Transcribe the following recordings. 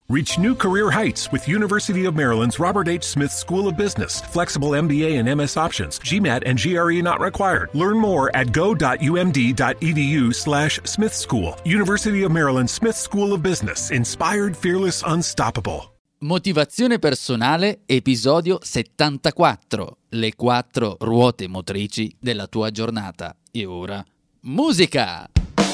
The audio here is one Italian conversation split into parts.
Reach new career heights with University of Maryland's Robert H. Smith School of Business. Flexible MBA and MS options. GMAT and GRE not required. Learn more at go.umd.edu/Smith School. University of Maryland Smith School of Business. Inspired, fearless, unstoppable. Motivazione personale, episodio 74. Le 4 ruote motrici della tua giornata. E ora, musica!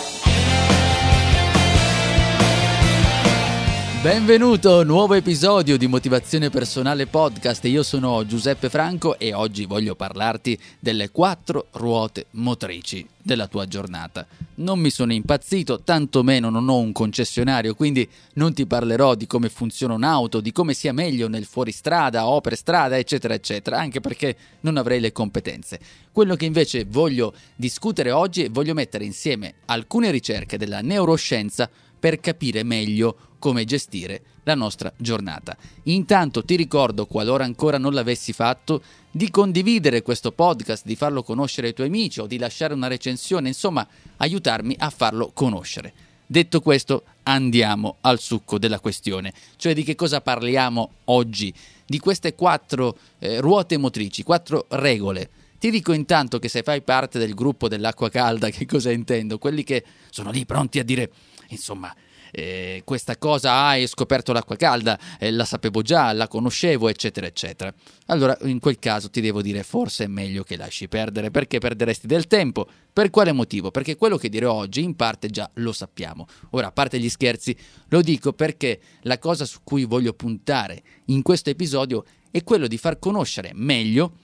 Benvenuto, nuovo episodio di Motivazione Personale Podcast. Io sono Giuseppe Franco e oggi voglio parlarti delle 4 ruote motrici della tua giornata. Non mi sono impazzito, tantomeno non ho un concessionario, quindi non ti parlerò di come funziona un'auto, di come sia meglio nel fuoristrada o per strada, eccetera, eccetera, anche perché non avrei le competenze. Quello che invece voglio discutere oggi è voglio mettere insieme alcune ricerche della neuroscienza per capire meglio come gestire la nostra giornata. Intanto ti ricordo, qualora ancora non l'avessi fatto, di condividere questo podcast, di farlo conoscere ai tuoi amici o di lasciare una recensione, insomma, aiutarmi a farlo conoscere. Detto questo, andiamo al succo della questione, cioè di che cosa parliamo oggi, di queste 4 ruote motrici, 4 regole. Ti dico intanto che se fai parte del gruppo dell'acqua calda, che cosa intendo? Quelli che sono lì pronti a dire, insomma, questa cosa, hai scoperto l'acqua calda, la sapevo già, la conoscevo, eccetera, eccetera. Allora, in quel caso ti devo dire, forse è meglio che lasci perdere, perché perderesti del tempo. Per quale motivo? Perché quello che dirò oggi in parte già lo sappiamo. Ora, a parte gli scherzi, lo dico perché la cosa su cui voglio puntare in questo episodio è quello di far conoscere meglio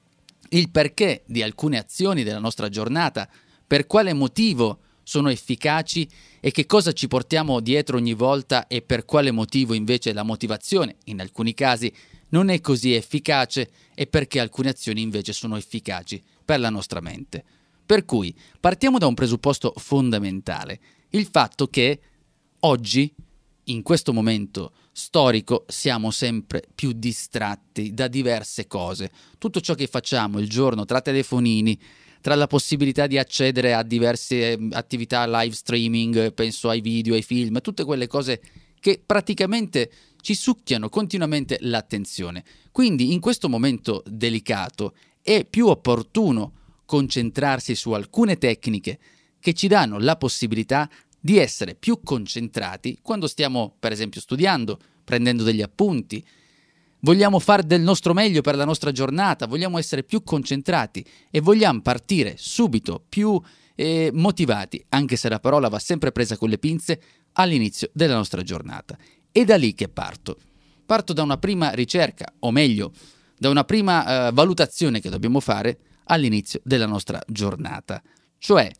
il perché di alcune azioni della nostra giornata, per quale motivo sono efficaci e che cosa ci portiamo dietro ogni volta e per quale motivo invece la motivazione, in alcuni casi, non è così efficace e perché alcune azioni invece sono efficaci per la nostra mente. Per cui partiamo da un presupposto fondamentale, il fatto che oggi, in questo momento storico, siamo sempre più distratti da diverse cose. Tutto ciò che facciamo il giorno tra telefonini, tra la possibilità di accedere a diverse attività live streaming, penso ai video, ai film, tutte quelle cose che praticamente ci succhiano continuamente l'attenzione. Quindi in questo momento delicato è più opportuno concentrarsi su alcune tecniche che ci danno la possibilità di essere più concentrati quando stiamo, per esempio, studiando, prendendo degli appunti. Vogliamo fare del nostro meglio per la nostra giornata, vogliamo essere più concentrati e vogliamo partire subito più motivati, anche se la parola va sempre presa con le pinze, all'inizio della nostra giornata. È da lì che parto. Parto da una prima ricerca, o meglio, da una prima valutazione che dobbiamo fare all'inizio della nostra giornata. Cioè,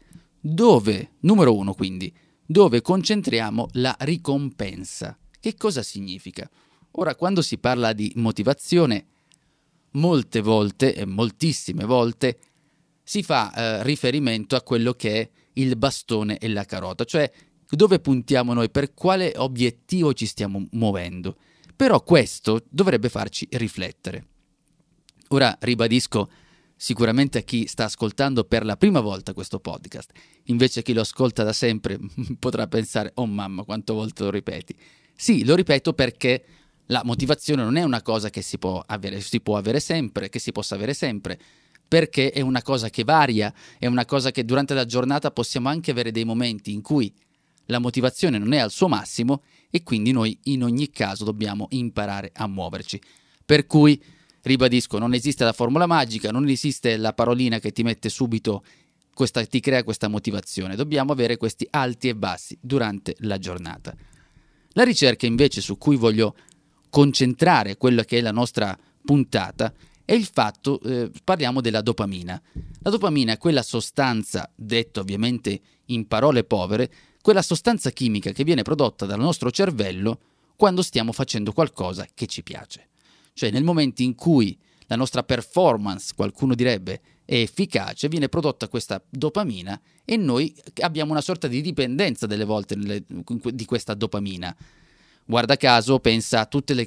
numero 1 quindi, dove concentriamo la ricompensa. Che cosa significa? Ora, quando si parla di motivazione, molte volte, e moltissime volte, si fa riferimento a quello che è il bastone e la carota, cioè dove puntiamo noi, per quale obiettivo ci stiamo muovendo. Però questo dovrebbe farci riflettere. Ora, ribadisco, sicuramente a chi sta ascoltando per la prima volta questo podcast, invece chi lo ascolta da sempre potrà pensare, oh mamma, quante volte lo ripeti. Sì, lo ripeto perché la motivazione non è una cosa che si può avere sempre, che si possa avere sempre, perché è una cosa che varia, è una cosa che durante la giornata possiamo anche avere dei momenti in cui la motivazione non è al suo massimo e quindi noi in ogni caso dobbiamo imparare a muoverci. Per cui, ribadisco, non esiste la formula magica, non esiste la parolina che ti mette subito ti crea questa motivazione. Dobbiamo avere questi alti e bassi durante la giornata. La ricerca invece su cui voglio concentrare quella che è la nostra puntata è il fatto, parliamo della dopamina. La dopamina è quella sostanza, detta ovviamente in parole povere, quella sostanza chimica che viene prodotta dal nostro cervello quando stiamo facendo qualcosa che ci piace. Cioè nel momento in cui la nostra performance, qualcuno direbbe, è efficace, viene prodotta questa dopamina e noi abbiamo una sorta di dipendenza delle volte di questa dopamina. Guarda caso, pensa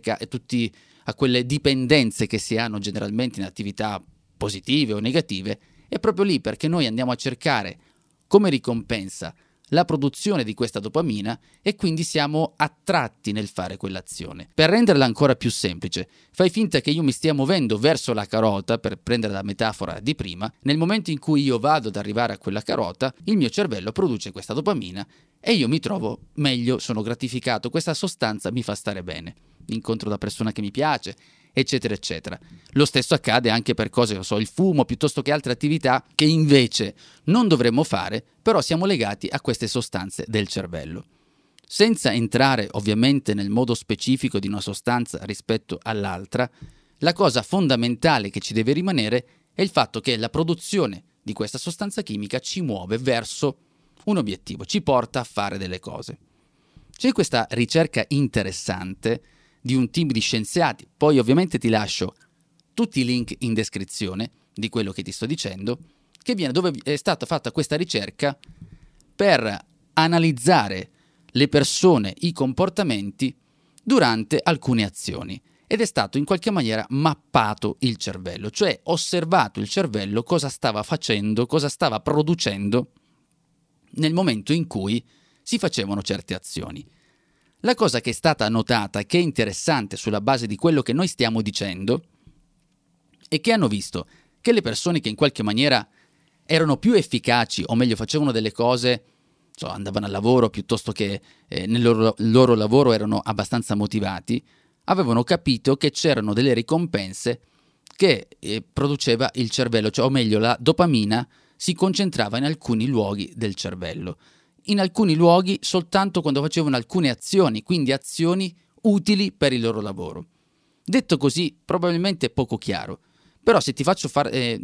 a quelle dipendenze che si hanno generalmente in attività positive o negative, è proprio lì perché noi andiamo a cercare come ricompensa la produzione di questa dopamina e quindi siamo attratti nel fare quell'azione. Per renderla ancora più semplice, fai finta che io mi stia muovendo verso la carota, per prendere la metafora di prima. Nel momento in cui io vado ad arrivare a quella carota, il mio cervello produce questa dopamina e io mi trovo meglio, sono gratificato, questa sostanza mi fa stare bene. Incontro la persona che mi piace, eccetera eccetera. Lo stesso accade anche per cose, il fumo piuttosto che altre attività che invece non dovremmo fare, però siamo legati a queste sostanze del cervello. Senza entrare ovviamente nel modo specifico di una sostanza rispetto all'altra, la cosa fondamentale che ci deve rimanere è il fatto che la produzione di questa sostanza chimica ci muove verso un obiettivo, ci porta a fare delle cose. C'è questa ricerca interessante di un team di scienziati, poi ovviamente ti lascio tutti i link in descrizione di quello che ti sto dicendo, dove è stata fatta questa ricerca per analizzare le persone, i comportamenti durante alcune azioni, ed è stato in qualche maniera mappato il cervello, cioè osservato il cervello cosa stava facendo, cosa stava producendo nel momento in cui si facevano certe azioni. La cosa che è stata notata, che è interessante sulla base di quello che noi stiamo dicendo, è che hanno visto che le persone che in qualche maniera erano più efficaci, o meglio facevano delle cose, andavano al lavoro piuttosto che nel loro lavoro erano abbastanza motivati, avevano capito che c'erano delle ricompense che produceva il cervello, o meglio la dopamina si concentrava in alcuni luoghi del cervello. In alcuni luoghi soltanto quando facevano alcune azioni, quindi azioni utili per il loro lavoro. Detto così, probabilmente è poco chiaro, però se ti faccio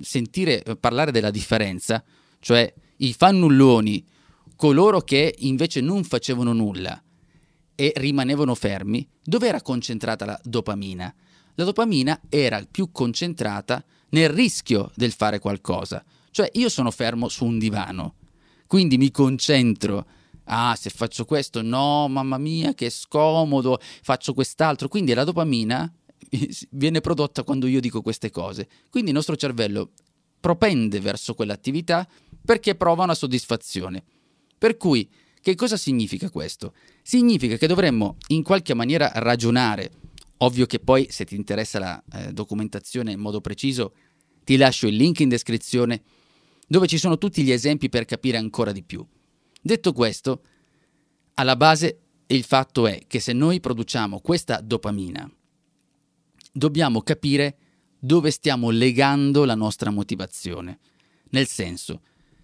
parlare della differenza, cioè i fannulloni, coloro che invece non facevano nulla e rimanevano fermi, dove era concentrata la dopamina? La dopamina era più concentrata nel rischio del fare qualcosa, cioè io sono fermo su un divano, quindi mi concentro, se faccio questo, no, mamma mia, che scomodo, faccio quest'altro. Quindi la dopamina viene prodotta quando io dico queste cose. Quindi il nostro cervello propende verso quell'attività perché prova una soddisfazione. Per cui, che cosa significa questo? Significa che dovremmo in qualche maniera ragionare. Ovvio che poi, se ti interessa la documentazione in modo preciso, ti lascio il link in descrizione, dove ci sono tutti gli esempi per capire ancora di più. Detto questo, alla base il fatto è che se noi produciamo questa dopamina, dobbiamo capire dove stiamo legando la nostra motivazione. Nel senso,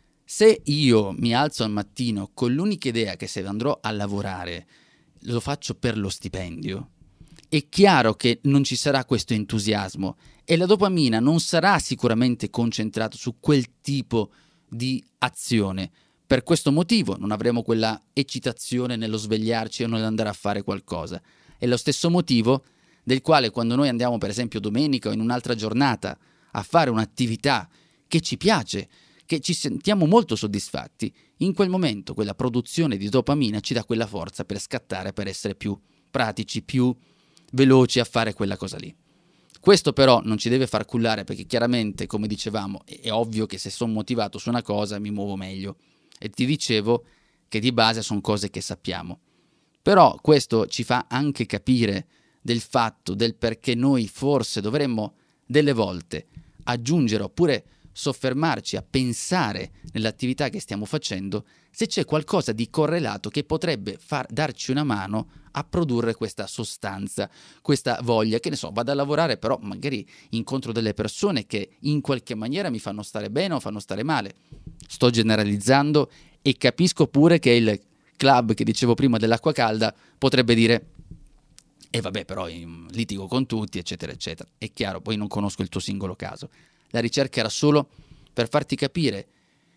se io mi alzo al mattino con l'unica idea che se andrò a lavorare lo faccio per lo stipendio, è chiaro che non ci sarà questo entusiasmo e la dopamina non sarà sicuramente concentrata su quel tipo di azione. Per questo motivo non avremo quella eccitazione nello svegliarci o nell'andare a fare qualcosa. È lo stesso motivo del quale quando noi andiamo per esempio domenica o in un'altra giornata a fare un'attività che ci piace, che ci sentiamo molto soddisfatti, in quel momento quella produzione di dopamina ci dà quella forza per scattare, per essere più pratici, più veloci a fare quella cosa lì. Questo però non ci deve far cullare, perché chiaramente, come dicevamo, è ovvio che se sono motivato su una cosa mi muovo meglio, e ti dicevo che di base sono cose che sappiamo. Però questo ci fa anche capire del fatto del perché noi forse dovremmo delle volte aggiungere oppure soffermarci a pensare nell'attività che stiamo facendo se c'è qualcosa di correlato che potrebbe darci una mano a produrre questa sostanza, questa voglia, che ne so, vado a lavorare però magari incontro delle persone che in qualche maniera mi fanno stare bene o fanno stare male. Sto generalizzando e capisco pure che il club che dicevo prima dell'acqua calda potrebbe dire vabbè però litigo con tutti eccetera eccetera. È chiaro, poi non conosco il tuo singolo caso. La ricerca era solo per farti capire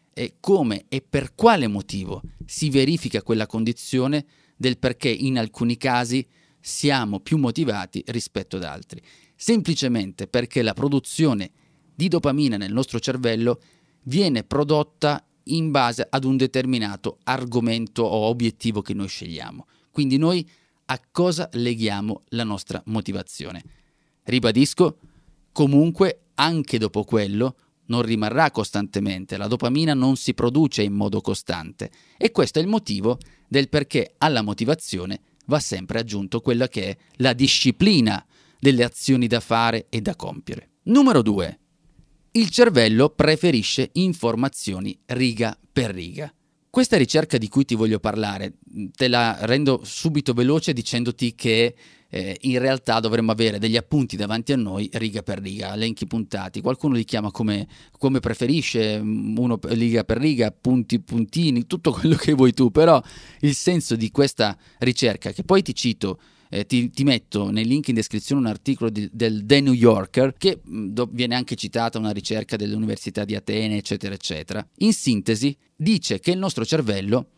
come e per quale motivo si verifica quella condizione del perché in alcuni casi siamo più motivati rispetto ad altri. Semplicemente perché la produzione di dopamina nel nostro cervello viene prodotta in base ad un determinato argomento o obiettivo che noi scegliamo. Quindi noi a cosa leghiamo la nostra motivazione? Ribadisco, comunque anche dopo quello non rimarrà costantemente, la dopamina non si produce in modo costante e questo è il motivo del perché alla motivazione va sempre aggiunto quella che è la disciplina delle azioni da fare e da compiere. Numero 2. Il cervello preferisce informazioni riga per riga. Questa ricerca di cui ti voglio parlare te la rendo subito veloce dicendoti che in realtà dovremmo avere degli appunti davanti a noi riga per riga, elenchi puntati, qualcuno li chiama come preferisce, uno riga per riga, punti, puntini, tutto quello che vuoi tu, però il senso di questa ricerca, che poi ti cito, ti metto nei link in descrizione un articolo del The New Yorker, che viene anche citata una ricerca dell'Università di Atene, eccetera, eccetera. In sintesi, dice che il nostro cervello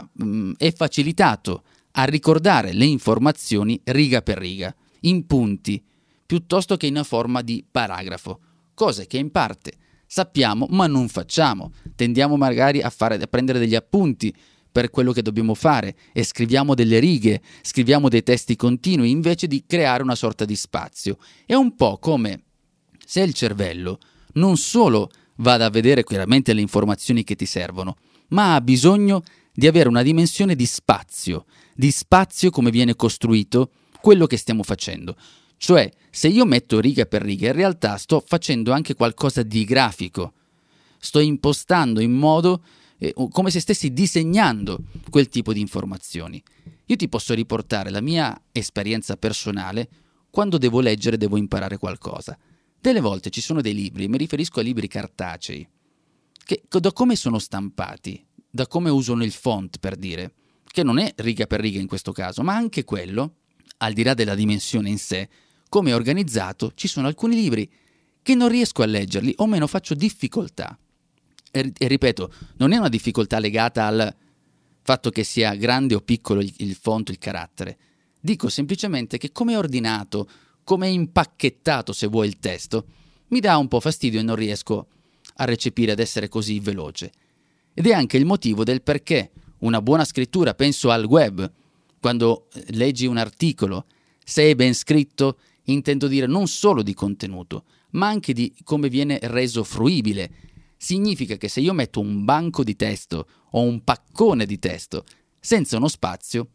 è facilitato a ricordare le informazioni riga per riga, in punti, piuttosto che in una forma di paragrafo, cose che in parte sappiamo ma non facciamo. Tendiamo magari a prendere degli appunti per quello che dobbiamo fare e scriviamo delle righe, scriviamo dei testi continui invece di creare una sorta di spazio. È un po' come se il cervello non solo vada a vedere chiaramente le informazioni che ti servono, ma ha bisogno di avere una dimensione di spazio come viene costruito quello che stiamo facendo. Cioè, se io metto riga per riga, in realtà sto facendo anche qualcosa di grafico, sto impostando in modo come se stessi disegnando quel tipo di informazioni. Io ti posso riportare la mia esperienza personale quando devo leggere, devo imparare qualcosa. Delle volte ci sono dei libri, mi riferisco a libri cartacei, che da come sono stampati, da come usano il font per dire, che non è riga per riga in questo caso, ma anche quello, al di là della dimensione in sé, come è organizzato, ci sono alcuni libri che non riesco a leggerli o meno faccio difficoltà. E ripeto, non è una difficoltà legata al fatto che sia grande o piccolo il font, il carattere. Dico semplicemente che come è ordinato, come è impacchettato se vuoi il testo, mi dà un po' fastidio e non riesco a recepire, ad essere così veloce. Ed è anche il motivo del perché una buona scrittura, penso al web, quando leggi un articolo, se è ben scritto, intendo dire non solo di contenuto, ma anche di come viene reso fruibile. Significa che se io metto un banco di testo o un paccone di testo senza uno spazio,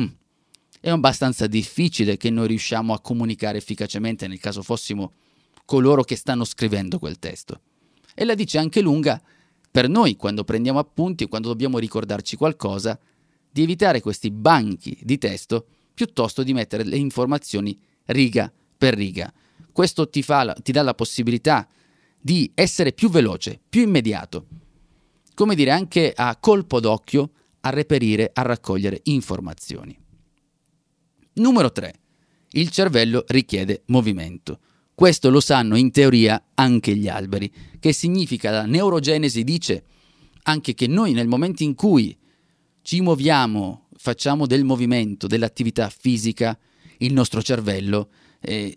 è abbastanza difficile che noi riusciamo a comunicare efficacemente nel caso fossimo coloro che stanno scrivendo quel testo. E la dice anche lunga per noi quando prendiamo appunti e quando dobbiamo ricordarci qualcosa, di evitare questi banchi di testo piuttosto di mettere le informazioni riga per riga. Questo ti dà la possibilità di essere più veloce, più immediato, come dire anche a colpo d'occhio a reperire, a raccogliere informazioni. Numero 3. Il cervello richiede movimento. Questo lo sanno in teoria anche gli alberi, che significa, la neurogenesi dice anche che noi nel momento in cui ci muoviamo, facciamo del movimento, dell'attività fisica, il nostro cervello è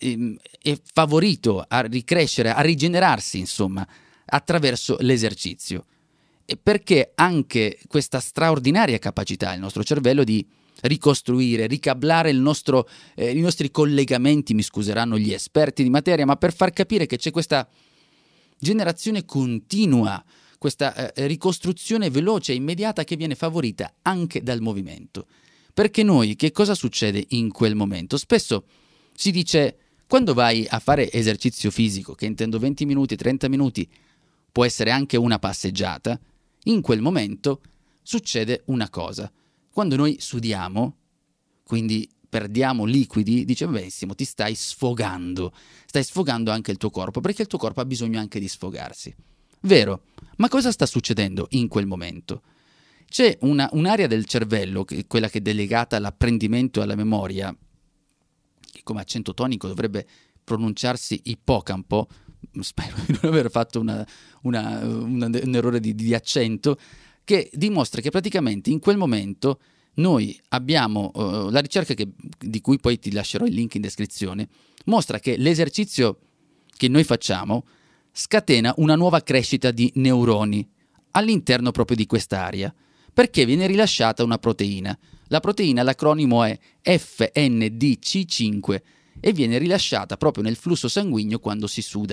favorito a ricrescere, a rigenerarsi, insomma, attraverso l'esercizio. E perché anche questa straordinaria capacità, il nostro cervello, di ricostruire, ricablare i nostri collegamenti, mi scuseranno gli esperti di materia, ma per far capire che c'è questa generazione continua, questa ricostruzione veloce e immediata che viene favorita anche dal movimento. Perché noi, che cosa succede in quel momento? Spesso si dice, quando vai a fare esercizio fisico, che intendo 20 minuti, 30 minuti, può essere anche una passeggiata, in quel momento succede una cosa. Quando noi sudiamo, quindi perdiamo liquidi, dice benissimo, ti stai sfogando anche il tuo corpo, perché il tuo corpo ha bisogno anche di sfogarsi. Vero, ma cosa sta succedendo in quel momento? C'è un'area del cervello, quella che è delegata all'apprendimento e alla memoria, che come accento tonico dovrebbe pronunciarsi ippocampo, spero di non aver fatto un errore di accento, che dimostra che praticamente in quel momento noi abbiamo, la ricerca di cui poi ti lascerò il link in descrizione, mostra che l'esercizio che noi facciamo scatena una nuova crescita di neuroni all'interno proprio di quest'area, perché viene rilasciata una proteina. La proteina, l'acronimo è FNDC5 e viene rilasciata proprio nel flusso sanguigno quando si suda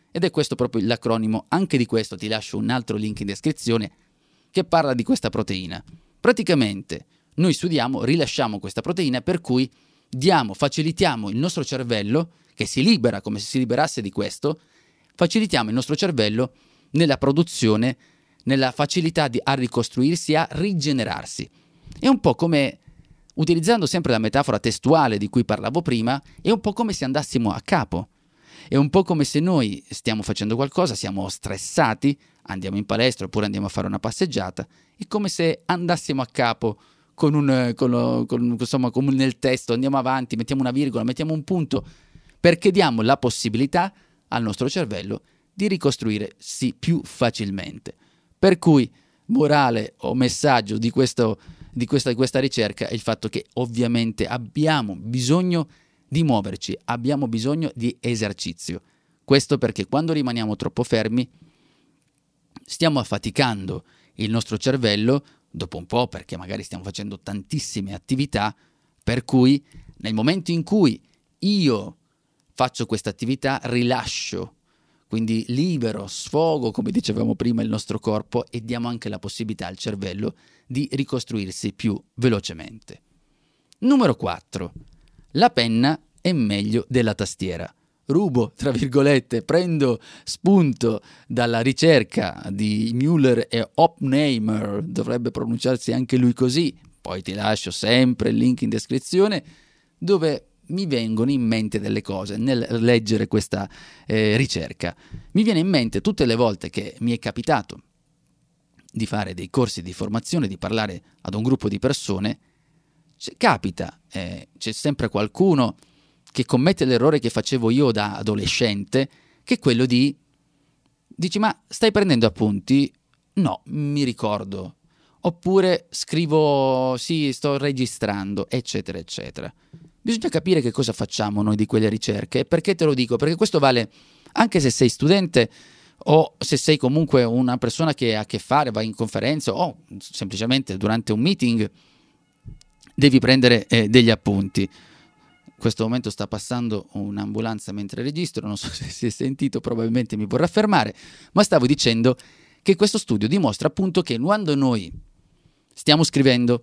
Ed è questo proprio l'acronimo, anche di questo ti lascio un altro link in descrizione, che parla di questa proteina. Praticamente noi studiamo, rilasciamo questa proteina per cui facilitiamo il nostro cervello, che si libera come se si liberasse di questo, facilitiamo il nostro cervello nella produzione, nella facilità a ricostruirsi, a rigenerarsi. È un po' come, utilizzando sempre la metafora testuale di cui parlavo prima, è un po' come se andassimo a capo. È un po' come se noi stiamo facendo qualcosa, siamo stressati, andiamo in palestra oppure andiamo a fare una passeggiata, è come se andassimo a capo come nel testo, andiamo avanti, mettiamo una virgola, mettiamo un punto, perché diamo la possibilità al nostro cervello di ricostruirsi più facilmente. Per cui, morale o messaggio di questa ricerca è il fatto che ovviamente abbiamo bisogno di muoverci, abbiamo bisogno di esercizio. Questo perché quando rimaniamo troppo fermi stiamo affaticando il nostro cervello dopo un po', perché magari stiamo facendo tantissime attività, per cui nel momento in cui io faccio questa attività rilascio, quindi libero, sfogo, come dicevamo prima, il nostro corpo e diamo anche la possibilità al cervello di ricostruirsi più velocemente. Numero 4. La penna è meglio della tastiera. Rubo, tra virgolette, prendo spunto dalla ricerca di Müller e Oppenheimer, dovrebbe pronunciarsi anche lui così, poi ti lascio sempre il link in descrizione, dove mi vengono in mente delle cose nel leggere questa ricerca. Mi viene in mente tutte le volte che mi è capitato di fare dei corsi di formazione, di parlare ad un gruppo di persone, c'è sempre qualcuno che commette l'errore che facevo io da adolescente, che è quello di dici: ma stai prendendo appunti? No, mi ricordo. Oppure scrivo, sì, sto registrando, eccetera, eccetera. Bisogna capire che cosa facciamo noi di quelle ricerche. E perché te lo dico? Perché questo vale anche se sei studente o se sei comunque una persona che ha a che fare, vai in conferenza o semplicemente durante un meeting devi prendere degli appunti. In questo momento sta passando un'ambulanza mentre registro, non so se si è sentito, probabilmente mi vorrà fermare, ma stavo dicendo che questo studio dimostra appunto che quando noi stiamo scrivendo,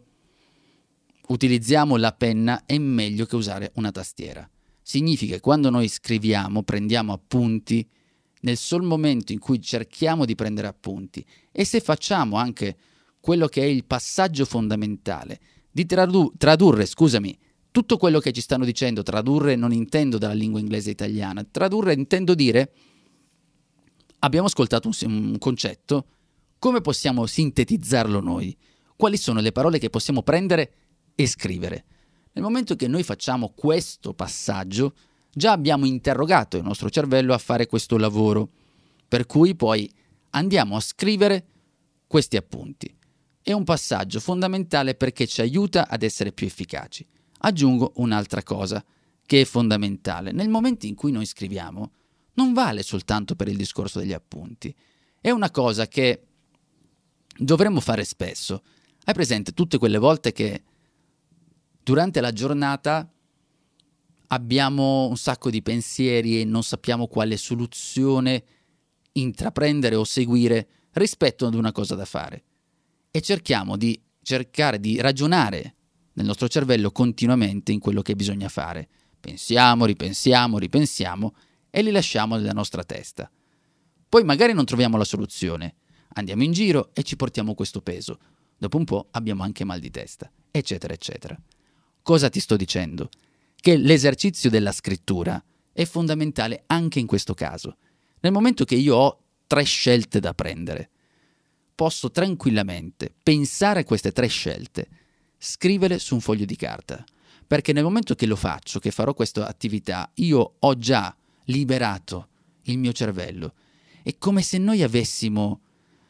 utilizziamo la penna, è meglio che usare una tastiera. Significa che quando noi scriviamo, prendiamo appunti, nel sol momento in cui cerchiamo di prendere appunti, e se facciamo anche quello che è il passaggio fondamentale di tradurre, tutto quello che ci stanno dicendo, tradurre non intendo dalla lingua inglese italiana, tradurre intendo dire, abbiamo ascoltato un concetto, come possiamo sintetizzarlo noi? Quali sono le parole che possiamo prendere e scrivere? Nel momento che noi facciamo questo passaggio, già abbiamo interrogato il nostro cervello a fare questo lavoro, per cui poi andiamo a scrivere questi appunti. È un passaggio fondamentale perché ci aiuta ad essere più efficaci. Aggiungo un'altra cosa che è fondamentale. Nel momento in cui noi scriviamo, non vale soltanto per il discorso degli appunti. È una cosa che dovremmo fare spesso. Hai presente tutte quelle volte che durante la giornata abbiamo un sacco di pensieri e non sappiamo quale soluzione intraprendere o seguire rispetto ad una cosa da fare. E cerchiamo di cercare di ragionare nel nostro cervello continuamente in quello che bisogna fare. Pensiamo, ripensiamo e li lasciamo nella nostra testa. Poi magari non troviamo la soluzione, andiamo in giro e ci portiamo questo peso. Dopo un po' abbiamo anche mal di testa, eccetera, eccetera. Cosa ti sto dicendo? Che l'esercizio della scrittura è fondamentale anche in questo caso. Nel momento che io ho 3 scelte da prendere, posso tranquillamente pensare a queste 3 scelte, scrivere su un foglio di carta, perché nel momento che lo faccio, che farò questa attività, io ho già liberato il mio cervello. È come se noi avessimo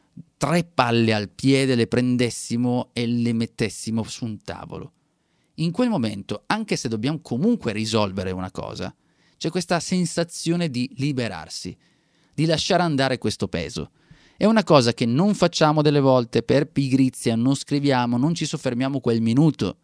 3 palle al piede, le prendessimo e le mettessimo su un tavolo. In quel momento, anche se dobbiamo comunque risolvere una cosa, c'è questa sensazione di liberarsi, di lasciare andare questo peso. È una cosa che non facciamo delle volte per pigrizia, non scriviamo, non ci soffermiamo quel minuto.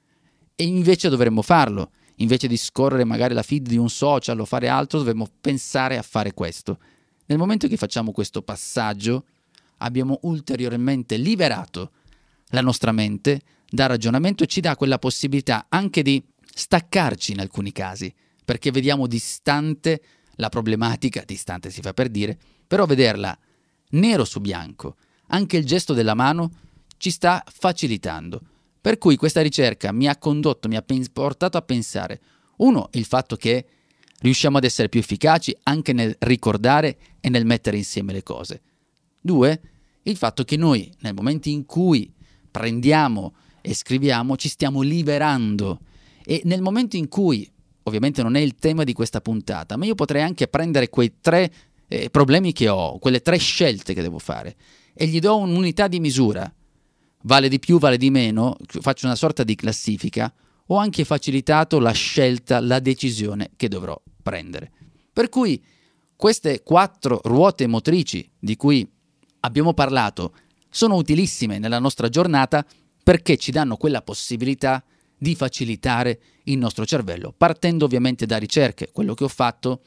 E invece dovremmo farlo. Invece di scorrere magari la feed di un social o fare altro, dovremmo pensare a fare questo. Nel momento che facciamo questo passaggio, abbiamo ulteriormente liberato la nostra mente dal ragionamento e ci dà quella possibilità anche di staccarci in alcuni casi, perché vediamo distante la problematica, distante si fa per dire, però vederla nero su bianco, anche il gesto della mano ci sta facilitando. Per cui questa ricerca mi ha condotto, mi ha portato a pensare, uno, il fatto che riusciamo ad essere più efficaci anche nel ricordare e nel mettere insieme le cose. Due, il fatto che noi, nel momento in cui prendiamo e scriviamo, ci stiamo liberando. E nel momento in cui, ovviamente non è il tema di questa puntata, ma io potrei anche prendere quei 3 problemi che ho, quelle 3 scelte che devo fare, e gli do un'unità di misura. Vale di più, vale di meno, faccio una sorta di classifica, ho anche facilitato la scelta, la decisione che dovrò prendere. Per cui queste 4 ruote motrici di cui abbiamo parlato sono utilissime nella nostra giornata perché ci danno quella possibilità di facilitare il nostro cervello, partendo ovviamente da ricerche. Quello che ho fatto,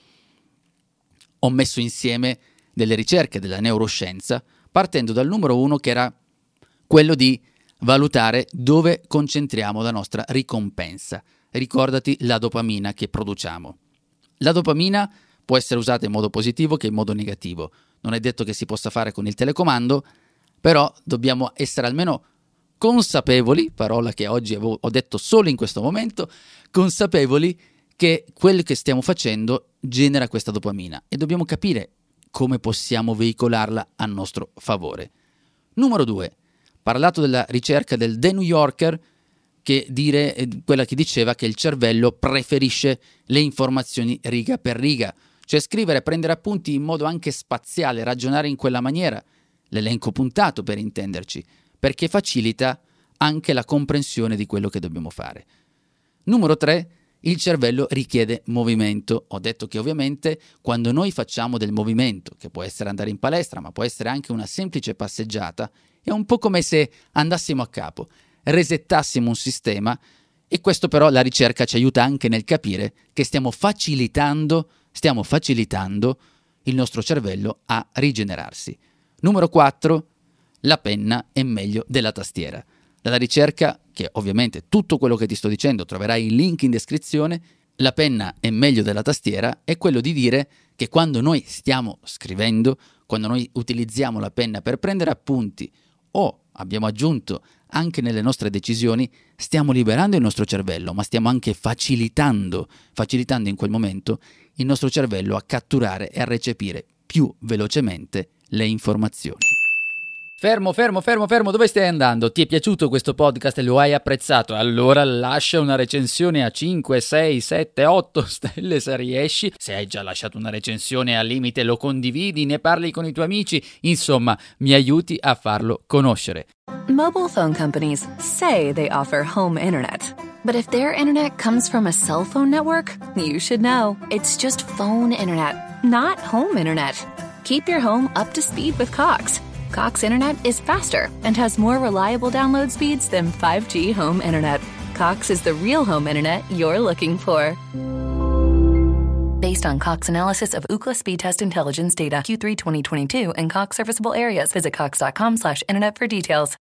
ho messo insieme delle ricerche della neuroscienza, partendo dal numero 1 che era quello di valutare dove concentriamo la nostra ricompensa. Ricordati la dopamina che produciamo. La dopamina può essere usata in modo positivo che in modo negativo. Non è detto che si possa fare con il telecomando, però dobbiamo essere almeno consapevoli, parola che oggi ho detto solo in questo momento, consapevoli che quello che stiamo facendo genera questa dopamina e dobbiamo capire come possiamo veicolarla a nostro favore. Numero 2, parlato della ricerca del The New Yorker, quella che diceva che il cervello preferisce le informazioni riga per riga, cioè scrivere, prendere appunti in modo anche spaziale, ragionare in quella maniera, l'elenco puntato per intenderci, perché facilita anche la comprensione di quello che dobbiamo fare. Numero 3, il cervello richiede movimento. Ho detto che ovviamente quando noi facciamo del movimento, che può essere andare in palestra, ma può essere anche una semplice passeggiata, è un po' come se andassimo a capo, resettassimo un sistema, e questo però la ricerca ci aiuta anche nel capire che stiamo facilitando il nostro cervello a rigenerarsi. Numero 4, la penna è meglio della tastiera. Dalla ricerca, che ovviamente tutto quello che ti sto dicendo troverai il link in descrizione, la penna è meglio della tastiera è quello di dire che quando noi stiamo scrivendo, quando noi utilizziamo la penna per prendere appunti o, abbiamo aggiunto, anche nelle nostre decisioni, stiamo liberando il nostro cervello, ma stiamo anche facilitando in quel momento il nostro cervello a catturare e a recepire più velocemente le informazioni. Fermo, dove stai andando? Ti è piaciuto questo podcast e lo hai apprezzato? Allora lascia una recensione a 5, 6, 7, 8 stelle se riesci. Se hai già lasciato una recensione, al limite lo condividi, ne parli con i tuoi amici, insomma, mi aiuti a farlo conoscere. Mobile phone companies say they offer home internet. But if their internet comes from a cell phone network, you should know. It's just phone internet, not home internet. Keep your home up to speed with Cox. Cox Internet is faster and has more reliable download speeds than 5G home internet. Cox is the real home internet you're looking for. Based on Cox analysis of Ookla speed test intelligence data Q3 2022 and Cox serviceable areas, visit cox.com/internet for details.